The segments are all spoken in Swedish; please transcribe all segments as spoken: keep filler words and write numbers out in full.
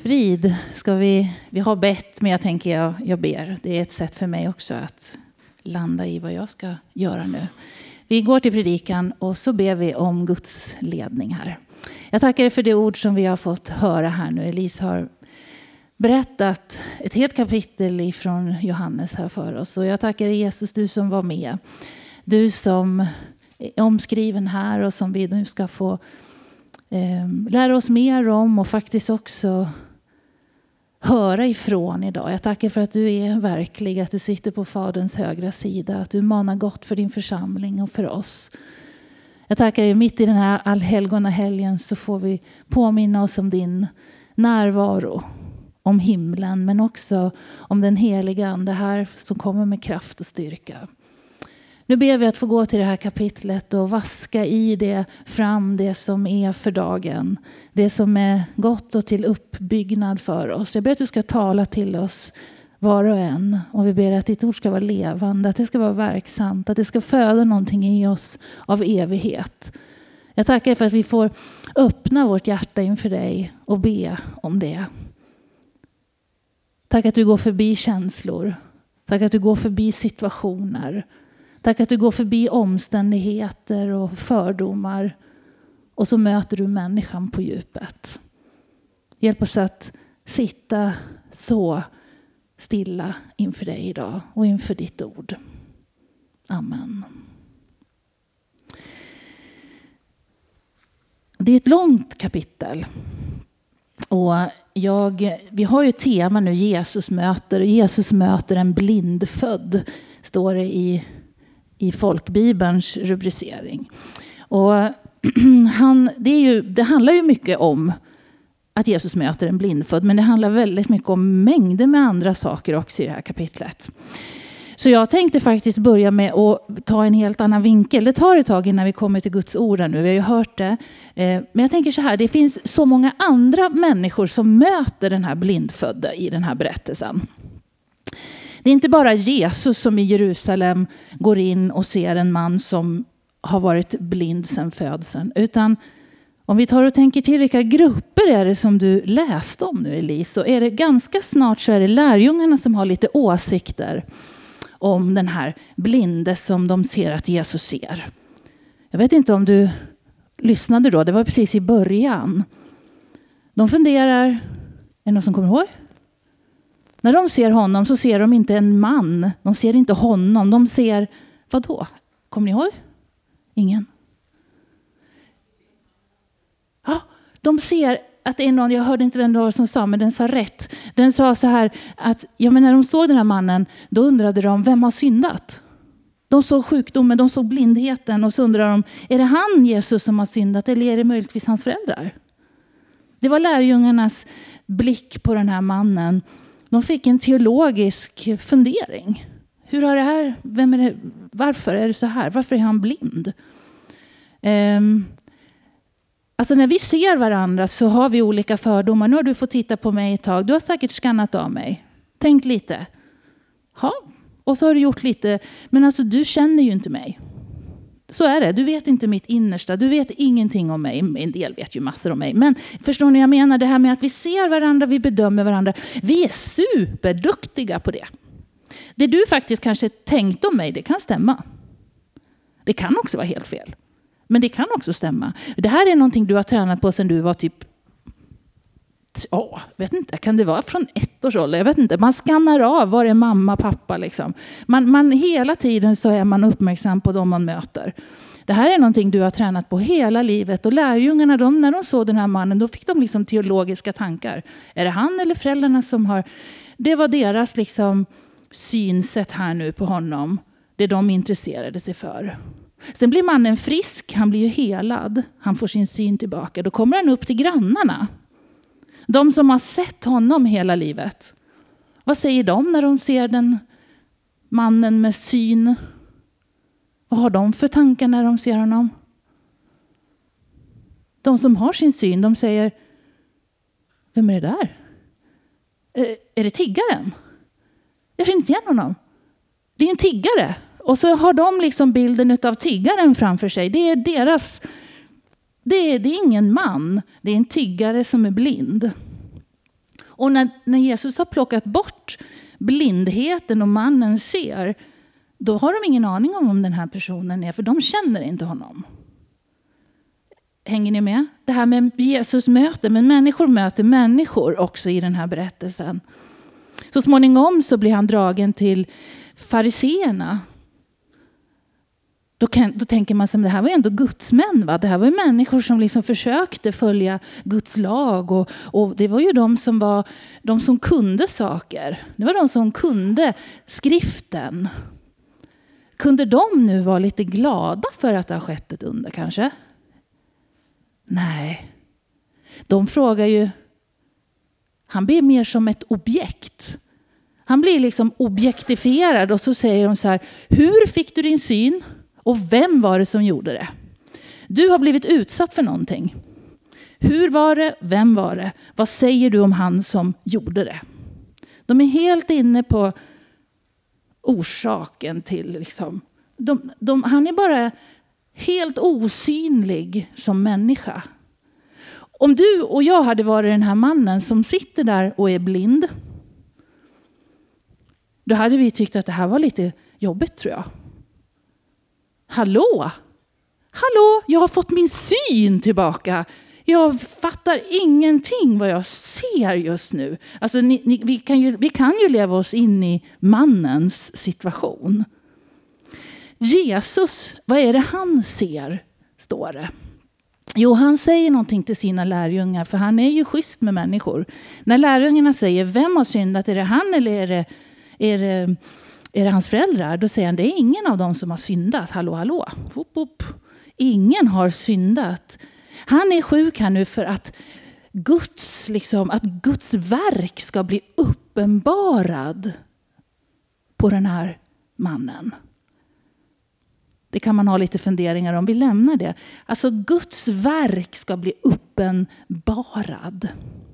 Frid ska vi, vi har bett, men jag tänker jag, jag ber. Det är ett sätt för mig också att landa i vad jag ska göra nu. Vi går till predikan och så ber vi om Guds ledning här. Jag tackar för det ord som vi har fått höra här nu. Elise har berättat ett helt kapitel ifrån Johannes här för oss. Och jag tackar Jesus, du som var med. Du som är omskriven här och som vi nu ska få eh, lära oss mer om och faktiskt också höra ifrån idag. Jag tackar för att du är verklig, att du sitter på Faderns högra sida, att du manar gott för din församling och för oss. Jag tackar dig, mitt i den här allhelgonahelgen så får vi påminna oss om din närvaro, om himlen, men också om den heliga ande här som kommer med kraft och styrka. Nu ber vi att få gå till det här kapitlet och vaska i det fram det som är för dagen. Det som är gott och till uppbyggnad för oss. Jag ber att du ska tala till oss var och en. Och vi ber att ditt ord ska vara levande, att det ska vara verksamt, att det ska föda någonting i oss av evighet. Jag tackar för att vi får öppna vårt hjärta inför dig och be om det. Tack att du går förbi känslor. Tack att du går förbi situationer. Tack att du går förbi omständigheter och fördomar. Och så möter du människan på djupet. Hjälp oss att sitta så stilla inför dig idag och inför ditt ord. Amen. Det är ett långt kapitel. Och jag, vi har ju ett tema nu, Jesus möter. Jesus möter en blindfödd, står det i, i folkbibelns rubricering. Och han, det, är ju, det handlar ju mycket om att Jesus möter en blindfödd. Men det handlar väldigt mycket om mängder med andra saker också i det här kapitlet. Så jag tänkte faktiskt börja med att ta en helt annan vinkel. Det tar ett tag innan vi kommer till Guds ord nu. Vi har ju hört det. Men jag tänker så här. Det finns så många andra människor som möter den här blindfödda i den här berättelsen. Det är inte bara Jesus som i Jerusalem går in och ser en man som har varit blind sedan födseln. Utan om vi tar och tänker till vilka grupper är det som du läste om nu, Elise. Så är det ganska snart så är det lärjungarna som har lite åsikter om den här blinde som de ser att Jesus ser. Jag vet inte om du lyssnade då. Det var precis i början. De funderar. Är det någon som kommer ihåg? När de ser honom så ser de inte en man. De ser inte honom. De ser, vad då? Kommer ni ihåg? Ingen. Ja, de ser att det är någon, jag hörde inte vem det var som sa, men den sa rätt. Den sa så här att ja, men när de såg den här mannen, då undrade de, vem har syndat? De såg sjukdomen, de såg blindheten och så undrade de, är det han Jesus som har syndat eller är det möjligtvis hans föräldrar? Det var lärjungarnas blick på den här mannen. De fick en teologisk fundering. Hur har det här, vem är det, varför är det så här? Varför är han blind? Um, Alltså när vi ser varandra så har vi olika fördomar. Nu har du fått titta på mig ett tag. Du har säkert skannat av mig. Tänk lite. Ja, och så har du gjort lite. Men alltså du känner ju inte mig. Så är det. Du vet inte mitt innersta. Du vet ingenting om mig. En del vet ju massor om mig. Men förstår ni, jag menar det här med att vi ser varandra, vi bedömer varandra. Vi är superduktiga på det. Det du faktiskt kanske tänkt om mig, det kan stämma. Det kan också vara helt fel. Men det kan också stämma. Det här är någonting du har tränat på sedan du var typ, ja, vet inte, kan det vara från ett års ålder? Jag vet inte. Man skannar av, var är mamma, pappa liksom. Man, man, hela tiden så är man uppmärksam på dem man möter. Det här är någonting du har tränat på hela livet. Och lärjungarna, de, när de såg den här mannen, då fick de liksom teologiska tankar. Är det han eller föräldrarna som har, det var deras liksom synsätt här nu på honom. Det de intresserade sig för. Sen blir mannen frisk, han blir ju helad. Han får sin syn tillbaka. Då kommer han upp till grannarna. De som har sett honom hela livet. Vad säger de när de ser den mannen med syn? Vad har de för tankar när de ser honom? De som har sin syn, de säger, vem är det där? Är, är det tiggaren? Jag känner inte igen honom. Det är en tiggare. Och så har de liksom bilden av tiggaren framför sig. Det är deras, det är, det är ingen man. Det är en tiggare som är blind. Och när, när Jesus har plockat bort blindheten och mannen ser, då har de ingen aning om vem den här personen är, för de känner inte honom. Hänger ni med? Det här med Jesus möter, men människor möter människor också i den här berättelsen. Så småningom så blir han dragen till fariseerna. Då, kan, då tänker man sig att det här var ändå gudsmän. Va? Det här var ju människor som liksom försökte följa Guds lag. Och, och det var ju de som, var, de som kunde saker. Det var de som kunde skriften. Kunde de nu vara lite glada för att det har skett ett under kanske? Nej. De frågar ju. Han blir mer som ett objekt. Han blir liksom objektifierad och så säger de så här. Hur fick du din syn? Och vem var det som gjorde det? Du har blivit utsatt för någonting. Hur var det? Vem var det? Vad säger du om han som gjorde det? De är helt inne på orsaken till liksom. De, de, han är bara helt osynlig som människa. Om du och jag hade varit den här mannen som sitter där och är blind, då hade vi tyckt att det här var lite jobbigt, tror jag. Hallå? Hallå, jag har fått min syn tillbaka. Jag fattar ingenting vad jag ser just nu. Alltså, ni, ni, vi, kan ju, vi kan ju leva oss in i mannens situation. Jesus, vad är det han ser, står det. Jo, han säger någonting till sina lärjungar, för han är ju schysst med människor. När lärjungarna säger, vem har syndat? Är det han eller är det, är det, är det hans föräldrar? Då säger han, det är ingen av dem som har syndat. Hallå, hallå. Hop, hop. Ingen har syndat. Han är sjuk här nu för att Guds, liksom, att Guds verk ska bli uppenbarad på den här mannen. Det kan man ha lite funderingar om. Vi lämnar det. Alltså Guds verk ska bli uppenbarad.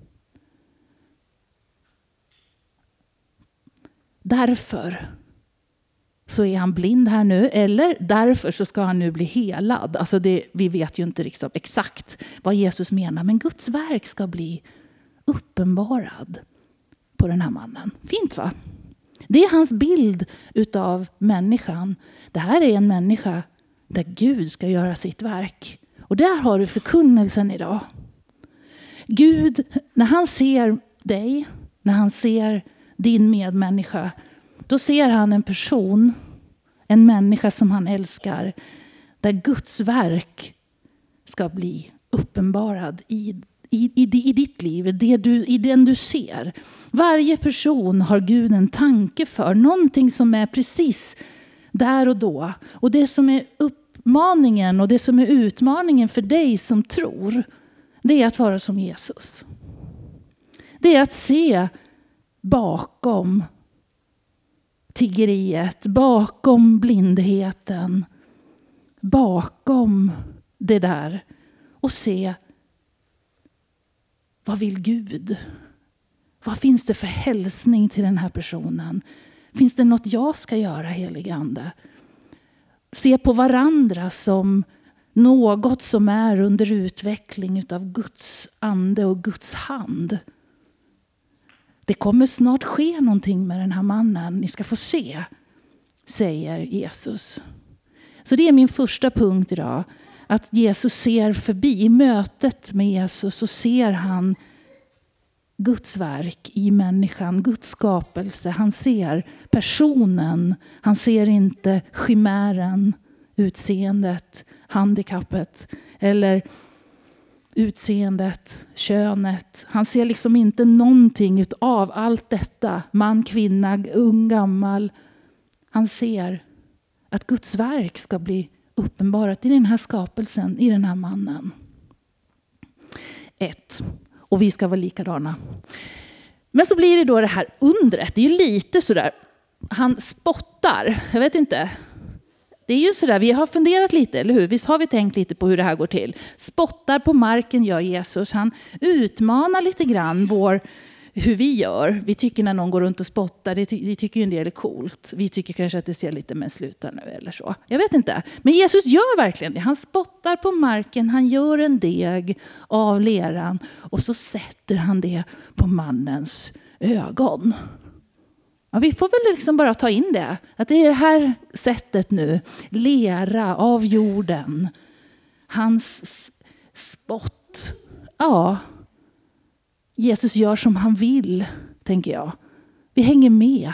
Därför så är han blind här nu. Eller därför så ska han nu bli helad. Alltså det, vi vet ju inte liksom exakt vad Jesus menar. Men Guds verk ska bli uppenbarad på den här mannen. Fint, va? Det är hans bild utav människan. Det här är en människa där Gud ska göra sitt verk. Och där har du förkunnelsen idag. Gud, när han ser dig, när han ser din medmänniska, då ser han en person, en människa som han älskar, där Guds verk ska bli uppenbarad i, i, i, i ditt liv, det du, i den du ser. Varje person har Gud en tanke för, någonting som är precis där och då. Och det som är uppmaningen och det som är utmaningen för dig som tror, det är att vara som Jesus. Det är att se bakom tiggeriet, bakom blindheten, bakom det där och se, vad vill Gud? Vad finns det för hälsning till den här personen? Finns det något jag ska göra, helige ande? Se på varandra som något som är under utveckling av Guds ande och Guds hand. Det kommer snart ske någonting med den här mannen. Ni ska få se, säger Jesus. Så det är min första punkt idag. Att Jesus ser förbi. I mötet med Jesus så ser han Guds verk i människan. Guds skapelse. Han ser personen. Han ser inte chimären, utseendet, handikappet eller utseendet, könet. Han ser liksom inte någonting av allt detta. Man, kvinna, ung, gammal. Han ser att Guds verk ska bli uppenbarat i den här skapelsen, i den här mannen. Ett. Och vi ska vara likadana. Men så blir det då det här undret. Det är ju lite sådär. Han spottar. Jag vet inte. Det är ju sådär, vi har funderat lite, eller hur? Visst har vi tänkt lite på hur det här går till. Spottar på marken gör Jesus. Han utmanar lite grann vår, hur vi gör. Vi tycker när någon går runt och spottar, det ty- vi tycker ju en del är coolt. Vi tycker kanske att det ser lite, men sluta nu eller så. Jag vet inte. Men Jesus gör verkligen det. Han spottar på marken, han gör en deg av leran och så sätter han det på mannens ögon. Ja, vi får väl liksom bara ta in det. Att det är det här sättet nu, lera av jorden. Hans spott. Ja, Jesus gör som han vill, tänker jag. Vi hänger med.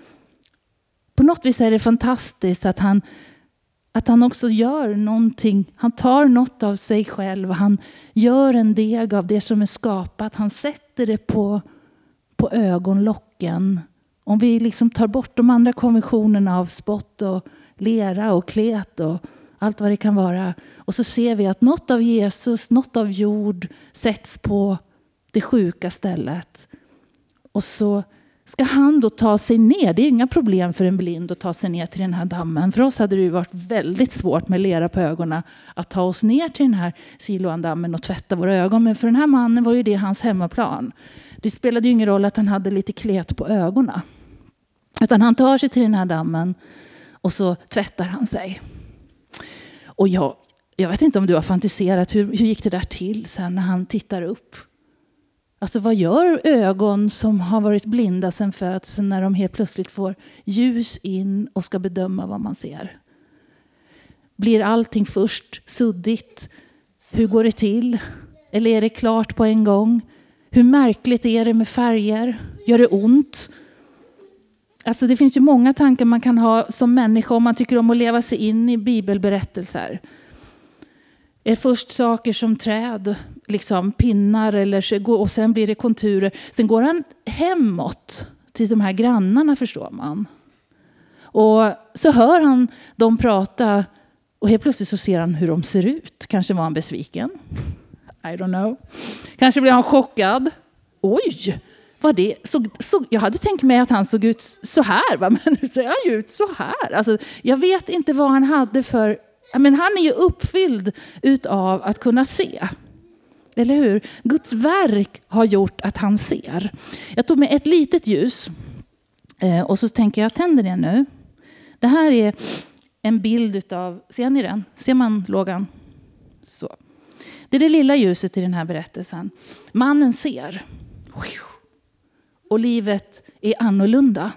På något vis är det fantastiskt att han, att han också gör någonting. Han tar något av sig själv. Han gör en deg av det som är skapat. Han sätter det på, på ögonlocken. Om vi liksom tar bort de andra konventionerna av spott och lera och klet och allt vad det kan vara. Och så ser vi att något av Jesus, något av jord sätts på det sjuka stället. Och så ska han då ta sig ner. Det är inga problem för en blind att ta sig ner till den här dammen. För oss hade det ju varit väldigt svårt med lera på ögonen att ta oss ner till den här Siloandammen och tvätta våra ögon. Men för den här mannen var ju det hans hemmaplan. Det spelade ju ingen roll att han hade lite klet på ögonen. Utan han tar sig till den här dammen och så tvättar han sig. Och jag, jag vet inte om du har fantiserat, hur, hur gick det där till sen när han tittar upp? Alltså vad gör ögon som har varit blinda sedan födseln när de helt plötsligt får ljus in och ska bedöma vad man ser? Blir allting först suddigt? Hur går det till? Eller är det klart på en gång? Hur märkligt är det med färger? Gör det ont? Alltså det finns ju många tankar man kan ha som människa om man tycker om att leva sig in i bibelberättelser. Är först saker som träd, liksom pinnar eller, och sen blir det konturer. Sen går han hemåt till de här grannarna, förstår man. Och så hör han dem prata och helt plötsligt så ser han hur de ser ut. Kanske var han besviken. I don't know. Kanske blev han chockad. Oj! Vad det så, så, jag hade tänkt mig att han såg ut så här, va? Men nu ser han ut så här. Alltså, jag vet inte vad han hade för... Men han är ju uppfylld utav att kunna se. Eller hur? Guds verk har gjort att han ser. Jag tog med ett litet ljus. Och så tänker jag, tänder det nu. Det här är en bild utav... Ser ni den? Ser man lågan? Så. Det är det lilla ljuset i den här berättelsen. Mannen ser. Och livet är annorlunda.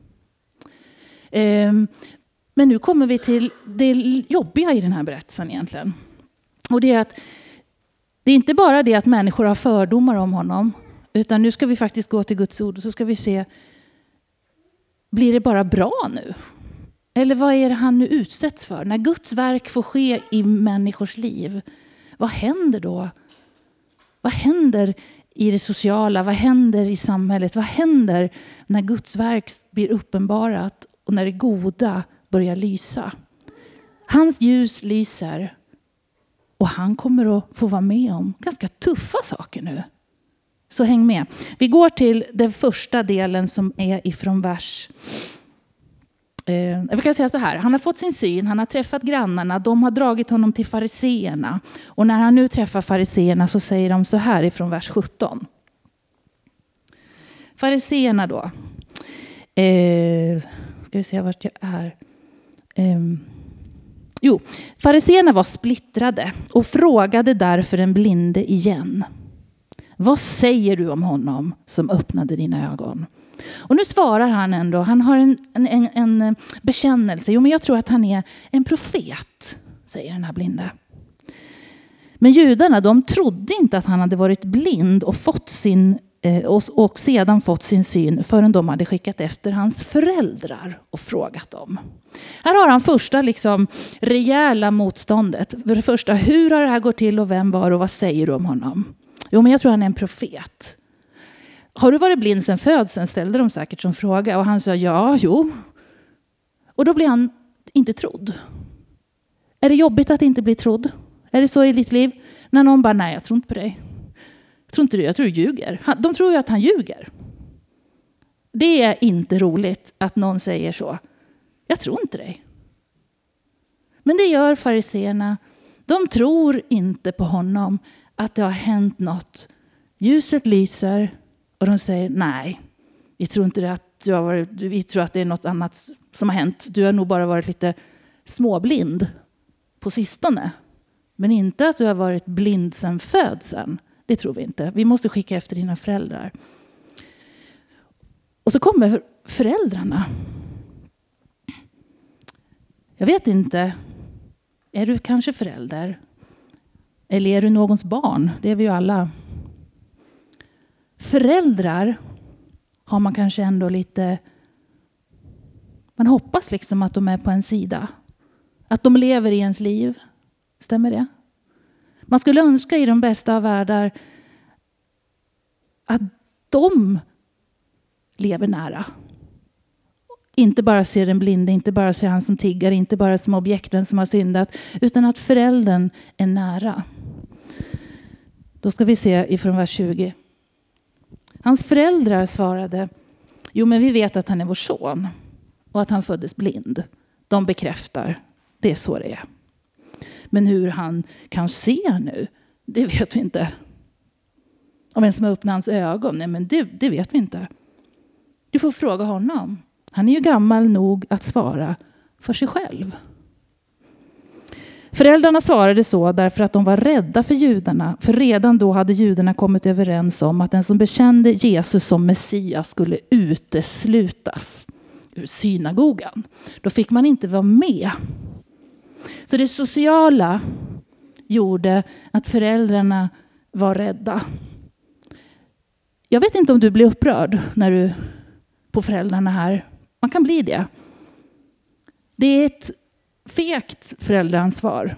Um, men nu kommer vi till det jobbiga i den här berättelsen egentligen. Och det är att det är inte bara det att människor har fördomar om honom. Utan nu ska vi faktiskt gå till Guds ord och så ska vi se. Blir det bara bra nu? Eller vad är det han nu utsätts för? När Guds verk får ske i människors liv. Vad händer då? Vad händer i det sociala? Vad händer i samhället? Vad händer när Guds verk blir uppenbarat och när det goda börjar lysa? Hans ljus lyser och han kommer att få vara med om ganska tuffa saker nu. Så häng med. Vi går till den första delen som är ifrån vers... Eh, jag kan säga så här. Han har fått sin syn, han har träffat grannarna, de har dragit honom till fariseerna. Och när han nu träffar fariseerna så säger de så här ifrån vers sjutton. Fariseerna då. Eh, ska vi se vart jag är. Eh, jo, fariseerna var splittrade och frågade därför en blinde igen. Vad säger du om honom som öppnade dina ögon? Och nu svarar han ändå, han har en, en, en, en bekännelse. Jo, men jag tror att han är en profet, säger den här blinde. Men judarna, de trodde inte att han hade varit blind och, fått sin, eh, och, och sedan fått sin syn förrän de hade skickat efter hans föräldrar och frågat dem. Här har han första liksom, rejäla motståndet. För det första, hur har det här gått till och vem var och vad säger du om honom? Jo, men jag tror han är en profet. Har du varit blind sedan födseln, ställde de säkert som fråga. Och han sa ja, jo. Och då blir han inte trodd. Är det jobbigt att inte bli trodd? Är det så i ditt liv? När någon bara, nej jag tror inte på dig. Jag tror inte det, jag tror du ljuger. De tror ju att han ljuger. Det är inte roligt att någon säger så. Jag tror inte dig. Men det gör fariseerna. De tror inte på honom att det har hänt något. Ljuset lyser. Och de säger nej, vi tror inte det att du har varit, vi tror att det är något annat som har hänt. Du har nog bara varit lite småblind på sistone. Men inte att du har varit blind sedan födseln. Det tror vi inte. Vi måste skicka efter dina föräldrar. Och så kommer föräldrarna. Jag vet inte. Är du kanske förälder? Eller är du någons barn? Det är vi ju alla. Föräldrar har man kanske ändå lite... Man hoppas liksom att de är på en sida. Att de lever i ens liv. Stämmer det? Man skulle önska i de bästa av världar att de lever nära. Inte bara ser den blinde, inte bara ser han som tiggar, inte bara som objekten som har syndat, utan att föräldern är nära. Då ska vi se ifrån vers tjugo. Hans föräldrar svarade, jo men vi vet att han är vår son och att han föddes blind. De bekräftar, det är så det är. Men hur han kan se nu, det vet vi inte. Om vem som har öppnat hans ögon, nej men det, det vet vi inte. Du får fråga honom. Han är ju gammal nog att svara för sig själv. Föräldrarna svarade så därför att de var rädda för judarna. För redan då hade judarna kommit överens om att den som bekände Jesus som Messias skulle uteslutas ur synagogan. Då fick man inte vara med. Så det sociala gjorde att föräldrarna var rädda. Jag vet inte om du blir upprörd när du på föräldrarna här. Man kan bli det. Det är ett fegt föräldraansvar.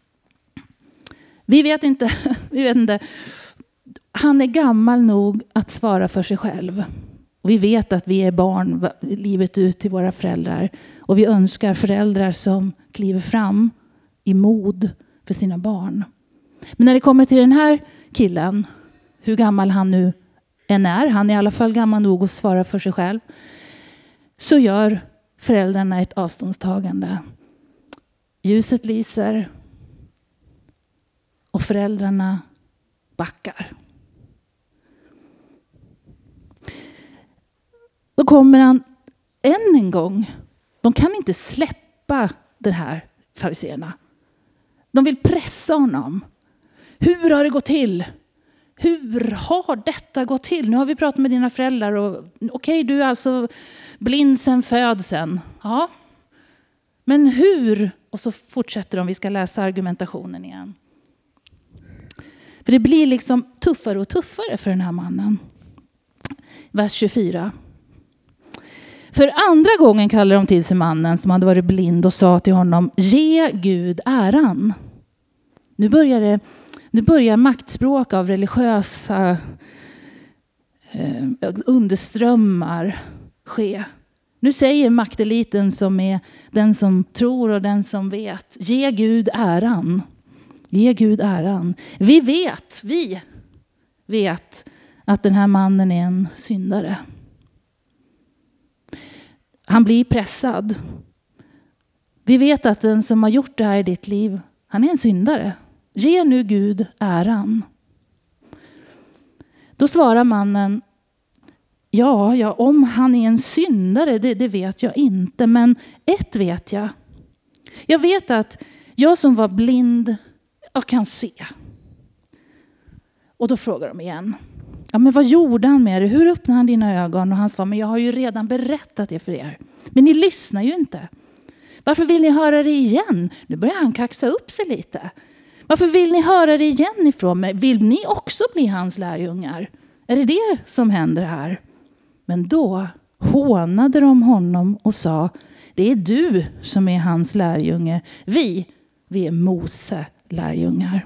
Vi vet inte, vi vet inte. Han är gammal nog att svara för sig själv. Och vi vet att vi är barn livet ut till våra föräldrar. Och vi önskar föräldrar som kliver fram i mod för sina barn. Men när det kommer till den här killen, hur gammal han nu än är, han är i alla fall gammal nog att svara för sig själv, så gör föräldrarna ett avståndstagande. Ljuset lyser och föräldrarna backar. Då kommer han än en gång. De kan inte släppa den här fariséerna. De vill pressa honom. Hur har det gått till? Hur har detta gått till? Nu har vi pratat med dina föräldrar. Och, okej, okay, du är alltså blind sedan födseln. Ja. Men hur? Och så fortsätter de. Vi ska läsa argumentationen igen. För det blir liksom tuffare och tuffare för den här mannen. Vers tjugofyra. För andra gången kallade de till sig mannen som hade varit blind och sa till honom, ge Gud äran. Nu börjar det, nu börjar maktspråk av religiösa eh, underströmmar ske. Nu säger makteliten som är den som tror och den som vet, ge Gud äran. Ge Gud äran. Vi vet, vi vet att den här mannen är en syndare. Han blir pressad. Vi vet att den som har gjort det här i ditt liv, han är en syndare. Ge nu Gud äran. Då svarar mannen, ja, ja om han är en syndare, det, det vet jag inte. Men ett vet jag. Jag vet att jag som var blind, jag kan se. Och då frågar de igen. Ja, men vad gjorde han med det? Hur öppnade han dina ögon? Och han svarar, men jag har ju redan berättat det för er. Men ni lyssnar ju inte. Varför vill ni höra det igen? Nu börjar han kaxa upp sig lite. Varför vill ni höra det igen ifrån mig? Vill ni också bli hans lärjungar? Är det det som händer här? Men då hånade de honom och sa, det är du som är hans lärjunge. Vi, vi är Mose lärjungar.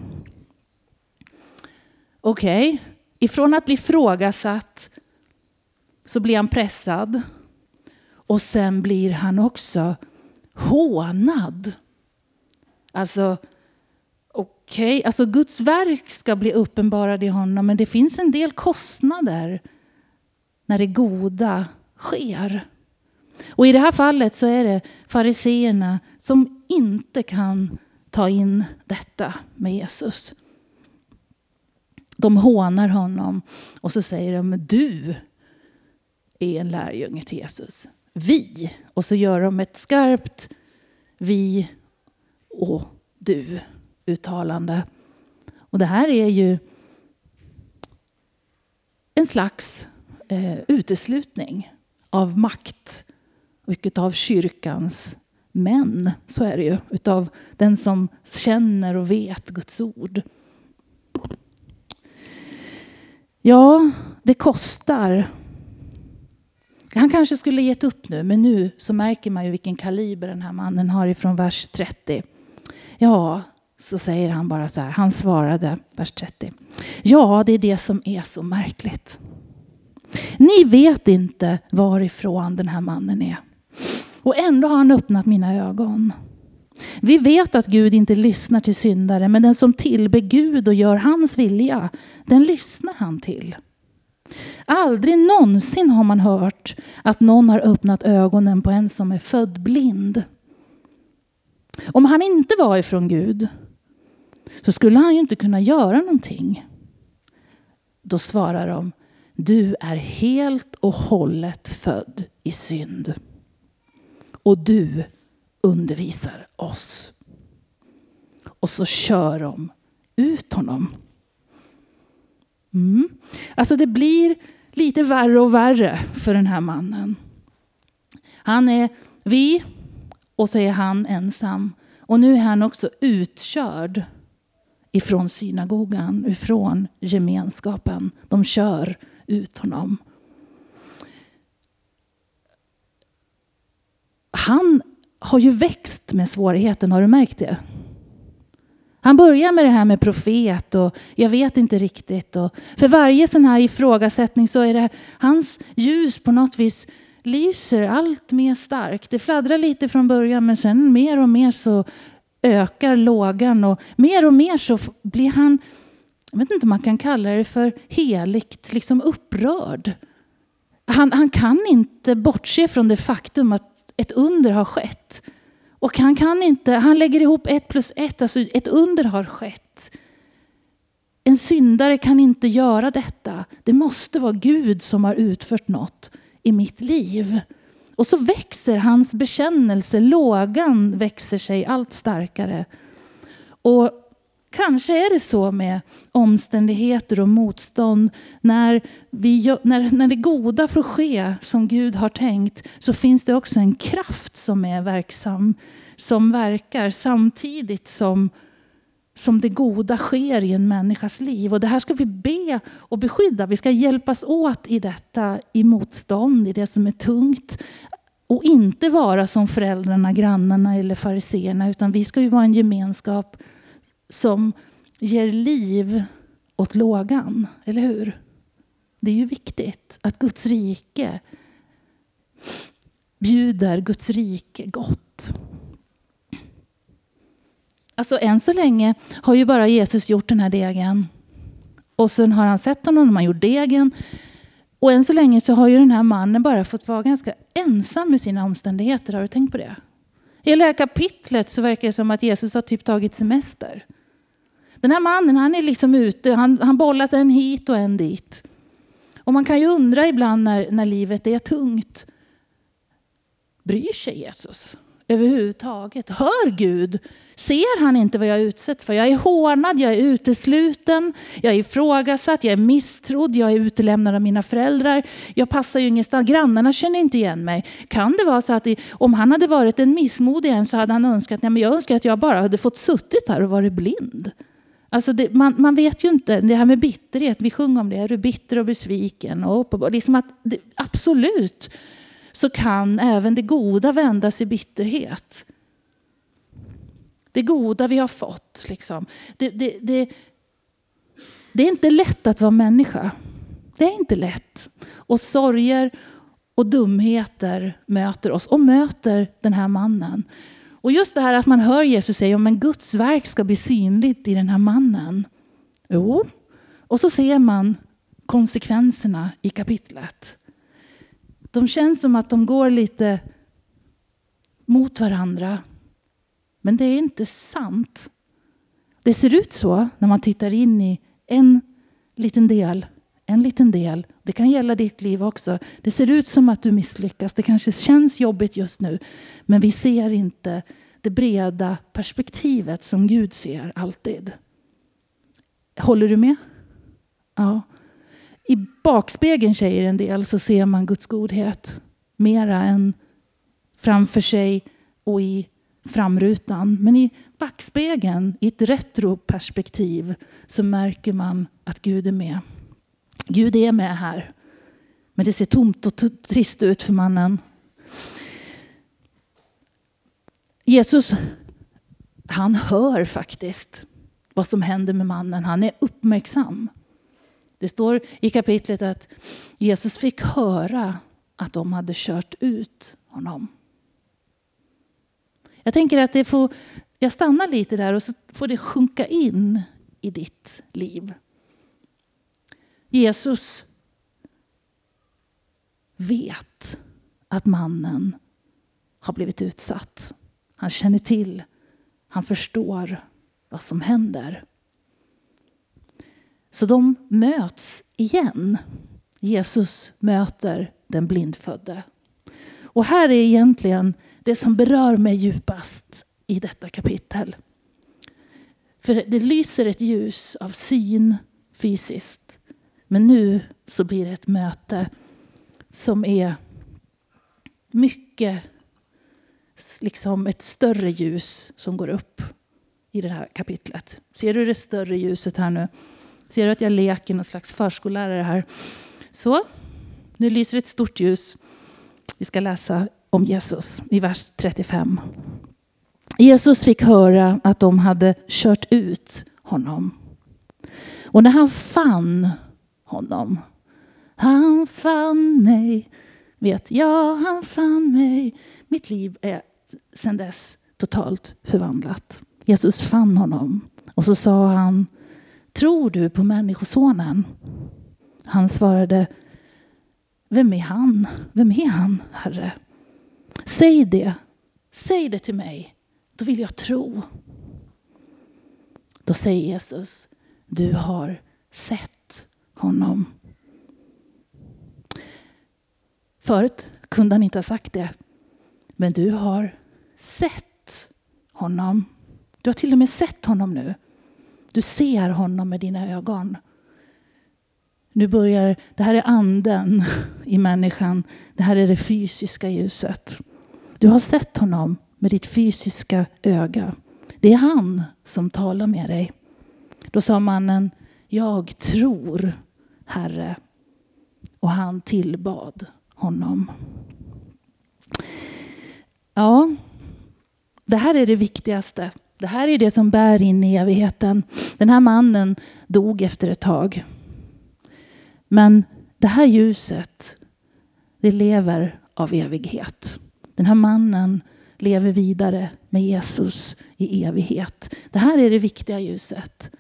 Okej. Okay. Ifrån att bli frågasatt så blir han pressad. Och sen blir han också hånad. Alltså, okej. Okay. Alltså Guds verk ska bli uppenbarad i honom. Men det finns en del kostnader när det goda sker. Och i det här fallet så är det fariseerna som inte kan ta in detta med Jesus. De hånar honom och så säger de, du är en lärjunge till Jesus. Vi. Och så gör de ett skarpt vi och du uttalande. Och det här är ju en slags eh, uteslutning av makt och av kyrkans män. Så är det ju. Utav den som känner och vet Guds ord. Ja, det kostar. Han kanske skulle gett upp nu, men nu så märker man ju vilken kaliber den här mannen har ifrån vers trettio. Ja, så säger han bara så här. Han svarade, vers trettio. Ja, det är det som är så märkligt. Ni vet inte varifrån den här mannen är. Och ändå har han öppnat mina ögon. Vi vet att Gud inte lyssnar till syndare, men den som tillber Gud och gör hans vilja, den lyssnar han till. Aldrig någonsin har man hört att någon har öppnat ögonen på en som är född blind. Om han inte var ifrån Gud så skulle han ju inte kunna göra någonting. Då svarar de, du är helt och hållet född i synd. Och du undervisar oss. Och så kör de ut honom. Mm. Alltså det blir lite värre och värre för den här mannen. Han är vi och så är han ensam. Och nu är han också utkörd ifrån synagogan, ifrån gemenskapen. De kör ut honom. Han har ju växt med svårigheten, har du märkt det? Han börjar med det här med profet och jag vet inte riktigt. Och för varje sån här ifrågasättning så är det hans ljus på något vis lyser allt mer starkt. Det fladdrar lite från början men sen mer och mer så ökar lågan och mer och mer så blir han, jag vet inte om man kan kalla det för heligt, liksom upprörd. Han, han kan inte bortse från det faktum att ett under har skett. Och han kan inte, han lägger ihop ett plus ett, alltså ett under har skett. En syndare kan inte göra detta. Det måste vara Gud som har utfört något i mitt liv. Och så växer hans bekännelse, lågan växer sig allt starkare. Och kanske är det så med omständigheter och motstånd. När, vi, när, när det goda får ske som Gud har tänkt så finns det också en kraft som är verksam. Som verkar samtidigt som, som det goda sker i en människas liv. Och det här ska vi be och beskydda. Vi ska hjälpas åt i detta, i motstånd, i det som är tungt. Och inte vara som föräldrarna, grannarna eller fariseerna. Utan vi ska ju vara en gemenskap som ger liv åt lågan, eller hur? Det är ju viktigt att Guds rike bjuder Guds rike gott. Alltså än så länge har ju bara Jesus gjort den här degen. Och sen har han sett honom när man gjort degen. Och än så länge så har ju den här mannen bara fått vara ganska ensam med sina omständigheter. Har du tänkt på det? I det här kapitlet så verkar det som att Jesus har typ tagit semester. Den här mannen, han är liksom ute. Han, han bollas en hit och en dit. Och man kan ju undra ibland när, när livet är tungt. Bryr sig Jesus överhuvudtaget? Hör Gud? Ser han inte vad jag är utsatt för? Jag är hånad, jag är utesluten, jag är ifrågasatt, jag är misstrodd, jag är utelämnad av mina föräldrar. Jag passar ju ingenstans, grannarna känner inte igen mig. Kan det vara så att det, om han hade varit en missmodig en så hade han önskat, nej men jag önskar att jag bara hade fått suttit här och varit blind. Alltså det, man, man vet ju inte, det här med bitterhet, vi sjunger om det, är du bitter och besviken? Och, och liksom att det, absolut så kan även det goda vändas i bitterhet. Det goda vi har fått. Liksom. Det, det, det, det är inte lätt att vara människa. Det är inte lätt. Och sorger och dumheter möter oss. Och möter den här mannen. Och just det här att man hör Jesus säga om en Guds verk ska bli synligt i den här mannen. Jo. Och så ser man konsekvenserna i kapitlet. De känns som att de går lite mot varandra. Men det är inte sant. Det ser ut så när man tittar in i en liten del. En liten del. Det kan gälla ditt liv också. Det ser ut som att du misslyckas. Det kanske känns jobbigt just nu. Men vi ser inte det breda perspektivet som Gud ser alltid. Håller du med? Ja. I bakspegeln, säger en del, så ser man Guds godhet. Mera än framför sig och i framrutan. Men i backspegeln, i ett retroperspektiv, så märker man att Gud är med. Gud är med här. Men det ser tomt och trist ut för mannen. Jesus, han hör faktiskt vad som händer med mannen. Han är uppmärksam. Det står i kapitlet att Jesus fick höra att de hade kört ut honom. Jag tänker att det får, jag stannar lite där och så får det sjunka in i ditt liv. Jesus vet att mannen har blivit utsatt. Han känner till, han förstår vad som händer. Så de möts igen. Jesus möter den blindfödde. Och här är egentligen det som berör mig djupast i detta kapitel. För det lyser ett ljus av syn fysiskt. Men nu så blir det ett möte som är mycket, liksom ett större ljus som går upp i det här kapitlet. Ser du det större ljuset här nu? Ser du att jag leker någon slags förskollärare här? Så, nu lyser ett stort ljus. Vi ska läsa om Jesus i vers trettiofem. Jesus fick höra att de hade kört ut honom. Och när han fann honom. Han fann mig. Vet jag, han fann mig. Mitt liv är sedan dess totalt förvandlat. Jesus fann honom. Och så sa han: tror du på människosonen? Han svarade: vem är han? Vem är han, Herre? Säg det. Säg det till mig. Då vill jag tro. Då säger Jesus: du har sett honom. Förut kunde han inte ha sagt det. Men du har sett honom. Du har till och med sett honom nu. Du ser honom med dina ögon. Nu börjar, det här är anden i människan. Det här är det fysiska ljuset. Du har sett honom med ditt fysiska öga. Det är han som talar med dig. Då sa mannen: jag tror, Herre. Och han tillbad honom. Ja, det här är det viktigaste. Det här är det som bär in i evigheten. Den här mannen dog efter ett tag. Men det här ljuset, det lever av evighet. Den här mannen lever vidare med Jesus i evighet. Det här är det viktiga ljuset.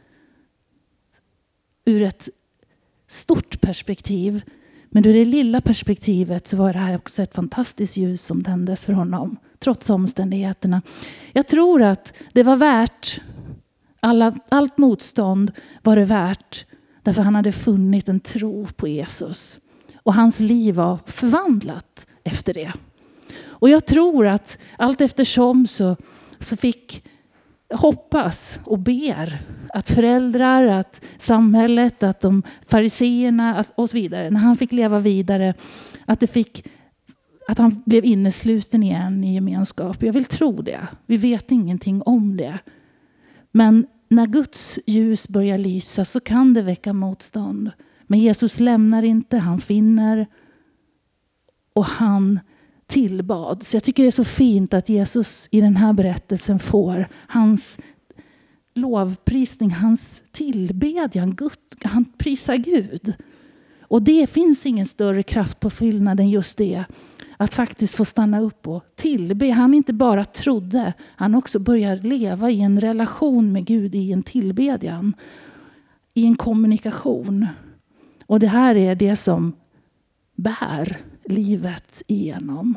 Ur ett stort perspektiv. Men ur det lilla perspektivet så var det här också ett fantastiskt ljus som tändes för honom. Trots omständigheterna. Jag tror att det var värt, alla, allt motstånd var det värt. Därför han hade funnit en tro på Jesus. Och hans liv var förvandlat efter det. Och jag tror att allt eftersom så, så fick hoppas och ber att föräldrar, att samhället, att de fariseerna att, och så vidare. När han fick leva vidare, att, det fick, att han blev innesluten igen i gemenskap. Jag vill tro det. Vi vet ingenting om det. Men när Guds ljus börjar lysa så kan det väcka motstånd. Men Jesus lämnar inte, han finner och han tillbad. Så jag tycker det är så fint att Jesus i den här berättelsen får hans lovprisning, hans tillbedjan. Gud, han prisar Gud. Och det finns ingen större kraft på fyllnad än just det. Att faktiskt få stanna upp och tillbe. Han inte bara trodde, han också börjar leva i en relation med Gud, i en tillbedjan. I en kommunikation. Och det här är det som bär livet igenom.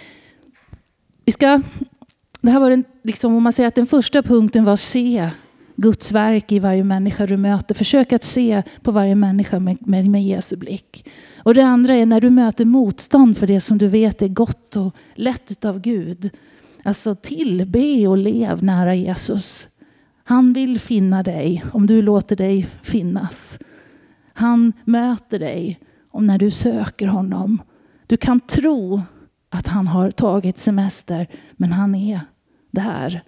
Vi ska, det här var den, liksom, om man säger att den första punkten var se Guds verk i varje människa du möter. Försök att se på varje människa med, med, med Jesu blick. Och det andra är när du möter motstånd för det som du vet är gott och lätt utav Gud. Alltså tillbe och lev nära Jesus. Han vill finna dig om du låter dig finnas. Han möter dig om när du söker honom. Du kan tro att han har tagit semester, men han är där.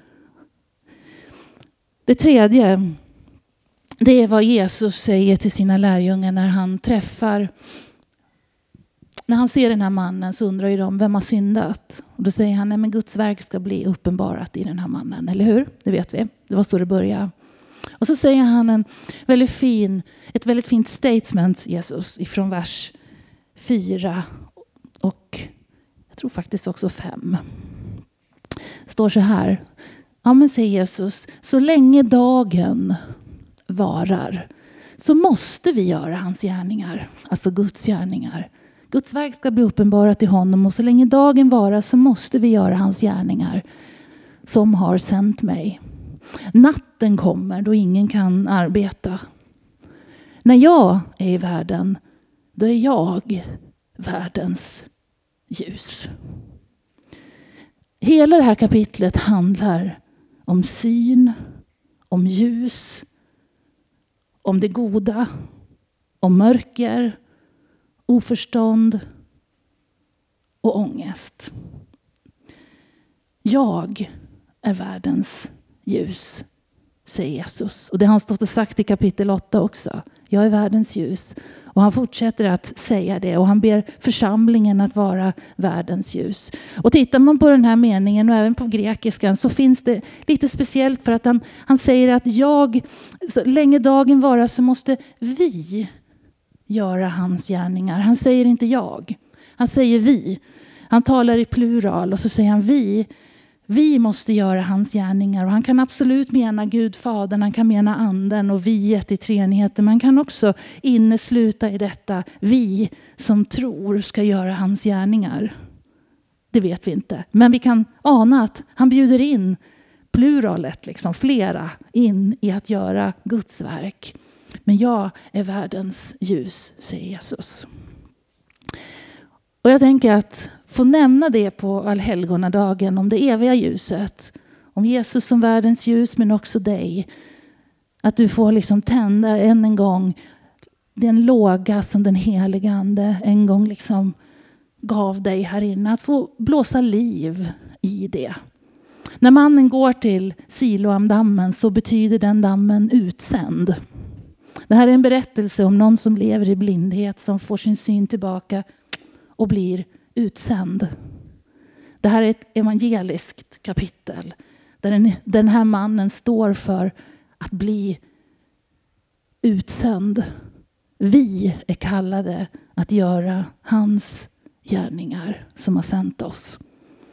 Det tredje, det är vad Jesus säger till sina lärjungar när han träffar, när han ser den här mannen så undrar ju de, vem har syndat? Och då säger han, nej men Guds verk ska bli uppenbarat i den här mannen, eller hur? Det vet vi, det var så det började. Och så säger han en väldigt fin, ett väldigt fint statement, Jesus, ifrån vers fyra och jag tror faktiskt också fem. Det står så här, ja men säger Jesus, så länge dagen varar så måste vi göra hans gärningar, alltså Guds gärningar. Guds verk ska bli uppenbarat i honom och så länge dagen varar så måste vi göra hans gärningar som har sänt mig. Natten kommer då ingen kan arbeta. När jag är i världen, då är jag världens ljus. Hela det här kapitlet handlar om syn, om ljus, om det goda, om mörker, oförstånd och ångest. Jag är världens ljus, säger Jesus. Och det har han stått och sagt i kapitel åtta också. Jag är världens ljus. Och han fortsätter att säga det. Och han ber församlingen att vara världens ljus. Och tittar man på den här meningen och även på grekiskan så finns det lite speciellt för att han, han säger att jag, så länge dagen varar så måste vi göra hans gärningar. Han säger inte jag. Han säger vi. Han talar i plural och så säger han vi. Vi måste göra hans gärningar och han kan absolut mena Gud Fadern, han kan mena anden och viet i treenigheten. Man kan också innesluta i detta vi som tror ska göra hans gärningar. Det vet vi inte, men vi kan ana att han bjuder in pluralet, liksom flera, in i att göra Guds verk. Men jag är världens ljus, säger Jesus. Och jag tänker att få nämna det på allhelgonadagen om det eviga ljuset. Om Jesus som världens ljus men också dig. Att du får liksom tända än en gång den låga som den helige ande en gång liksom gav dig här inne. Att få blåsa liv i det. När mannen går till Siloamdammen så betyder den dammen utsänd. Det här är en berättelse om någon som lever i blindhet som får sin syn tillbaka och blir utsänd. Det här är ett evangeliskt kapitel där den, den här mannen står för att bli utsänd. Vi är kallade att göra hans gärningar som har sänt oss.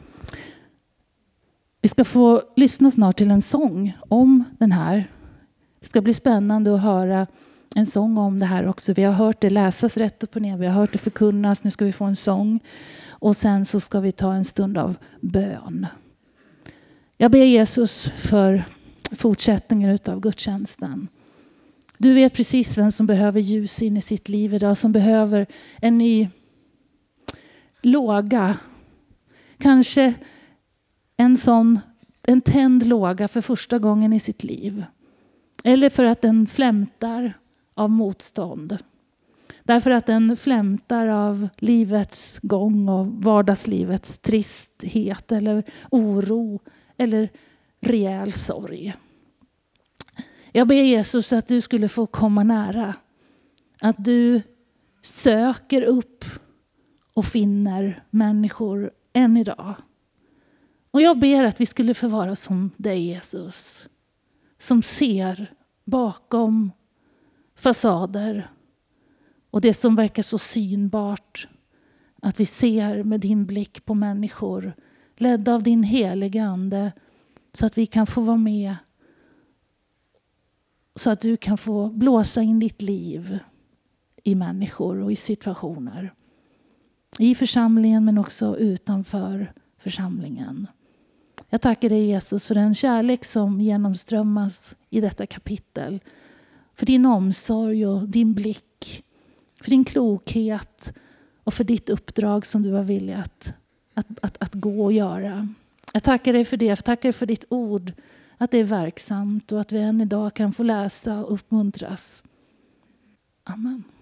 Vi ska få lyssna snart till en sång om den här. Det ska bli spännande att höra en sång om det här också. Vi har hört det läsas rätt upp och ner. Vi har hört det förkunnas. Nu ska vi få en sång. Och sen så ska vi ta en stund av bön. Jag ber Jesus för fortsättningen av gudstjänsten. Du vet precis vem som behöver ljus in i sitt liv idag. Som behöver en ny låga. Kanske en sån, en tänd låga för första gången i sitt liv. Eller för att den flämtar av motstånd. Därför att den flämtar av livets gång och vardagslivets tristhet eller oro eller rejäl sorg. Jag ber Jesus att du skulle få komma nära. Att du söker upp och finner människor än idag. Och jag ber att vi skulle få vara som dig Jesus. Som ser bakom fasader och det som verkar så synbart. Att vi ser med din blick på människor. Ledda av din heliga ande. Så att vi kan få vara med. Så att du kan få blåsa in ditt liv i människor och i situationer. I församlingen men också utanför församlingen. Jag tackar dig Jesus för den kärlek som genomströmmas i detta kapitel. För din omsorg och din blick. För din klokhet och för ditt uppdrag som du har vilja att, att, att, att gå och göra. Jag tackar dig för det. Jag tackar dig för ditt ord. Att det är verksamt och att vi än idag kan få läsa och uppmuntras. Amen.